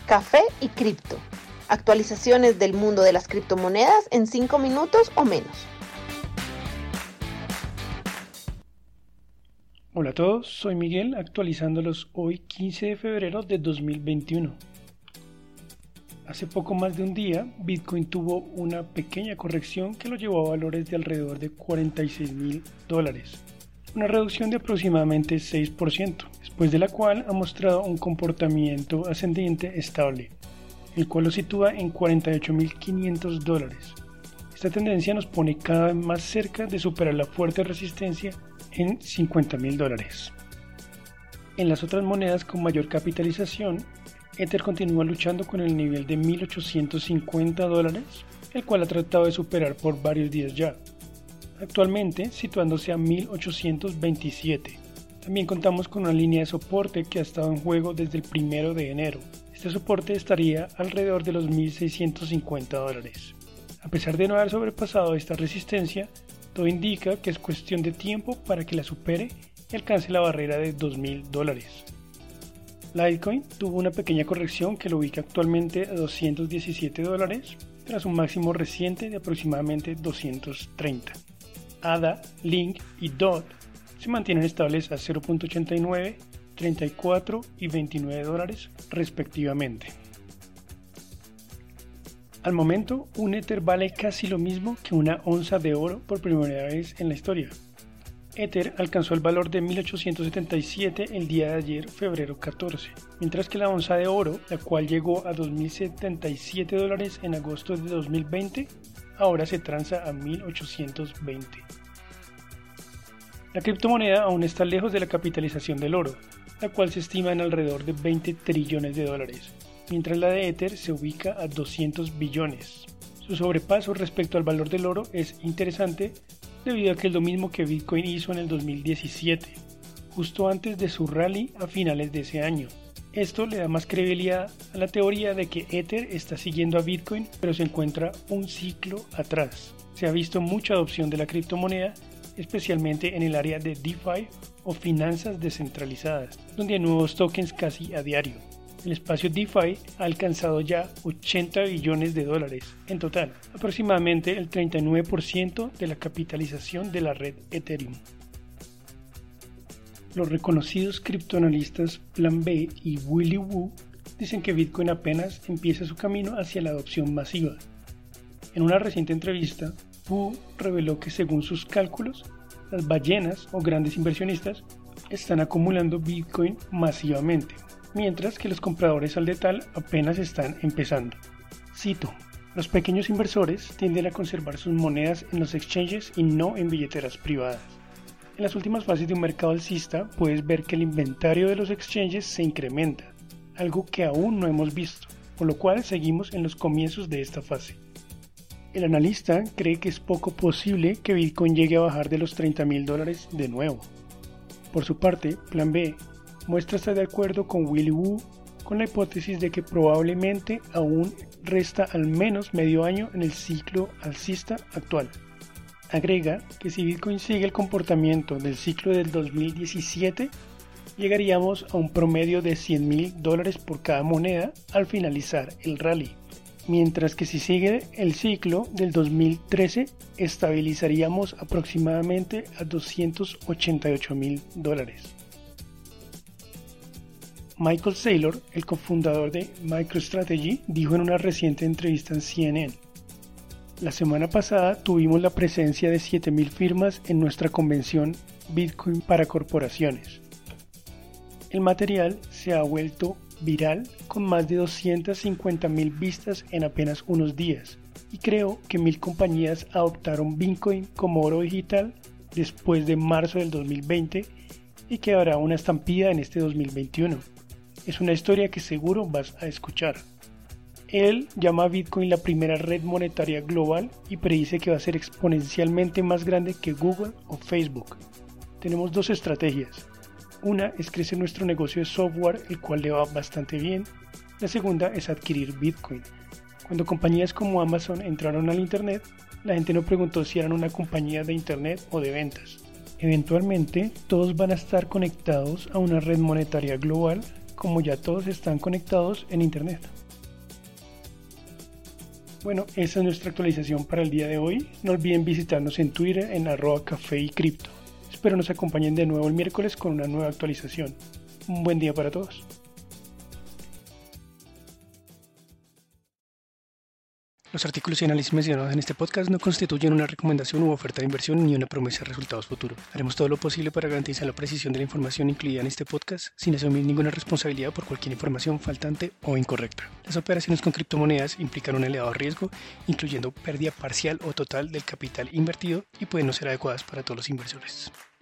Café y Cripto. Actualizaciones del mundo de las criptomonedas en 5 minutos o menos. Hola a todos, soy Miguel, actualizándolos hoy 15 de febrero de 2021. Hace poco más de un día, Bitcoin tuvo una pequeña corrección que lo llevó a valores de alrededor de $46,000, una reducción de aproximadamente 6%, después de la cual ha mostrado un comportamiento ascendente estable, el cual lo sitúa en $48,500. Esta tendencia nos pone cada vez más cerca de superar la fuerte resistencia en $50,000. En las otras monedas con mayor capitalización, Ether continúa luchando con el nivel de $1,850, el cual ha tratado de superar por varios días ya, actualmente situándose a 1,827. También contamos con una línea de soporte que ha estado en juego desde el 1 de enero. Este soporte estaría alrededor de los $1,650. A pesar de no haber sobrepasado esta resistencia, todo indica que es cuestión de tiempo para que la supere y alcance la barrera de $2,000. Litecoin tuvo una pequeña corrección que lo ubica actualmente a $217 tras un máximo reciente de aproximadamente 230. ADA, Link y DOT se mantienen estables a 0.89, 34 y $29 respectivamente. Al momento, un Ether vale casi lo mismo que una onza de oro por primera vez en la historia. Ether alcanzó el valor de 1,877 el día de ayer, febrero 14, mientras que la onza de oro, la cual llegó a $2,077 en agosto de 2020, ahora se transa a 1,820. La criptomoneda aún está lejos de la capitalización del oro, la cual se estima en alrededor de $20 trillones, mientras la de Ether se ubica a 200 billones. Su sobrepaso respecto al valor del oro es interesante debido a que es lo mismo que Bitcoin hizo en el 2017, justo antes de su rally a finales de ese año. Esto le da más credibilidad a la teoría de que Ether está siguiendo a Bitcoin, pero se encuentra un ciclo atrás. Se ha visto mucha adopción de la criptomoneda, especialmente en el área de DeFi o finanzas descentralizadas, donde hay nuevos tokens casi a diario. El espacio DeFi ha alcanzado ya $80 billones en total, aproximadamente el 39% de la capitalización de la red Ethereum. Los reconocidos criptoanalistas Plan B y Willy Woo dicen que Bitcoin apenas empieza su camino hacia la adopción masiva. En una reciente entrevista, Woo reveló que según sus cálculos, las ballenas o grandes inversionistas están acumulando Bitcoin masivamente, mientras que los compradores al detalle apenas están empezando. Cito: los pequeños inversores tienden a conservar sus monedas en los exchanges y no en billeteras privadas. En las últimas fases de un mercado alcista puedes ver que el inventario de los exchanges se incrementa, algo que aún no hemos visto, por lo cual seguimos en los comienzos de esta fase. El analista cree que es poco posible que Bitcoin llegue a bajar de los $30,000 de nuevo. Por su parte, Plan B muestra estar de acuerdo con Willy Woo con la hipótesis de que probablemente aún resta al menos medio año en el ciclo alcista actual. Agrega que si Bitcoin sigue el comportamiento del ciclo del 2017, llegaríamos a un promedio de $100,000 por cada moneda al finalizar el rally, mientras que si sigue el ciclo del 2013, estabilizaríamos aproximadamente a $288,000. Michael Saylor, el cofundador de MicroStrategy, dijo en una reciente entrevista en CNN: la semana pasada tuvimos la presencia de 7,000 firmas en nuestra convención Bitcoin para corporaciones. El material se ha vuelto viral con más de 250,000 vistas en apenas unos días, y creo que 1,000 compañías adoptaron Bitcoin como oro digital después de marzo del 2020 y que habrá una estampida en este 2021. Es una historia que seguro vas a escuchar. Él llama a Bitcoin la primera red monetaria global y predice que va a ser exponencialmente más grande que Google o Facebook. Tenemos dos estrategias. Una es crecer nuestro negocio de software, el cual le va bastante bien. La segunda es adquirir Bitcoin. Cuando compañías como Amazon entraron al Internet, la gente no preguntó si eran una compañía de Internet o de ventas. Eventualmente, todos van a estar conectados a una red monetaria global como ya todos están conectados en Internet. Bueno, esa es nuestra actualización para el día de hoy. No olviden visitarnos en Twitter en @cafeycripto. Espero nos acompañen de nuevo el miércoles con una nueva actualización. Un buen día para todos. Los artículos y análisis mencionados en este podcast no constituyen una recomendación u oferta de inversión ni una promesa de resultados futuros. Haremos todo lo posible para garantizar la precisión de la información incluida en este podcast sin asumir ninguna responsabilidad por cualquier información faltante o incorrecta. Las operaciones con criptomonedas implican un elevado riesgo, incluyendo pérdida parcial o total del capital invertido y pueden no ser adecuadas para todos los inversores.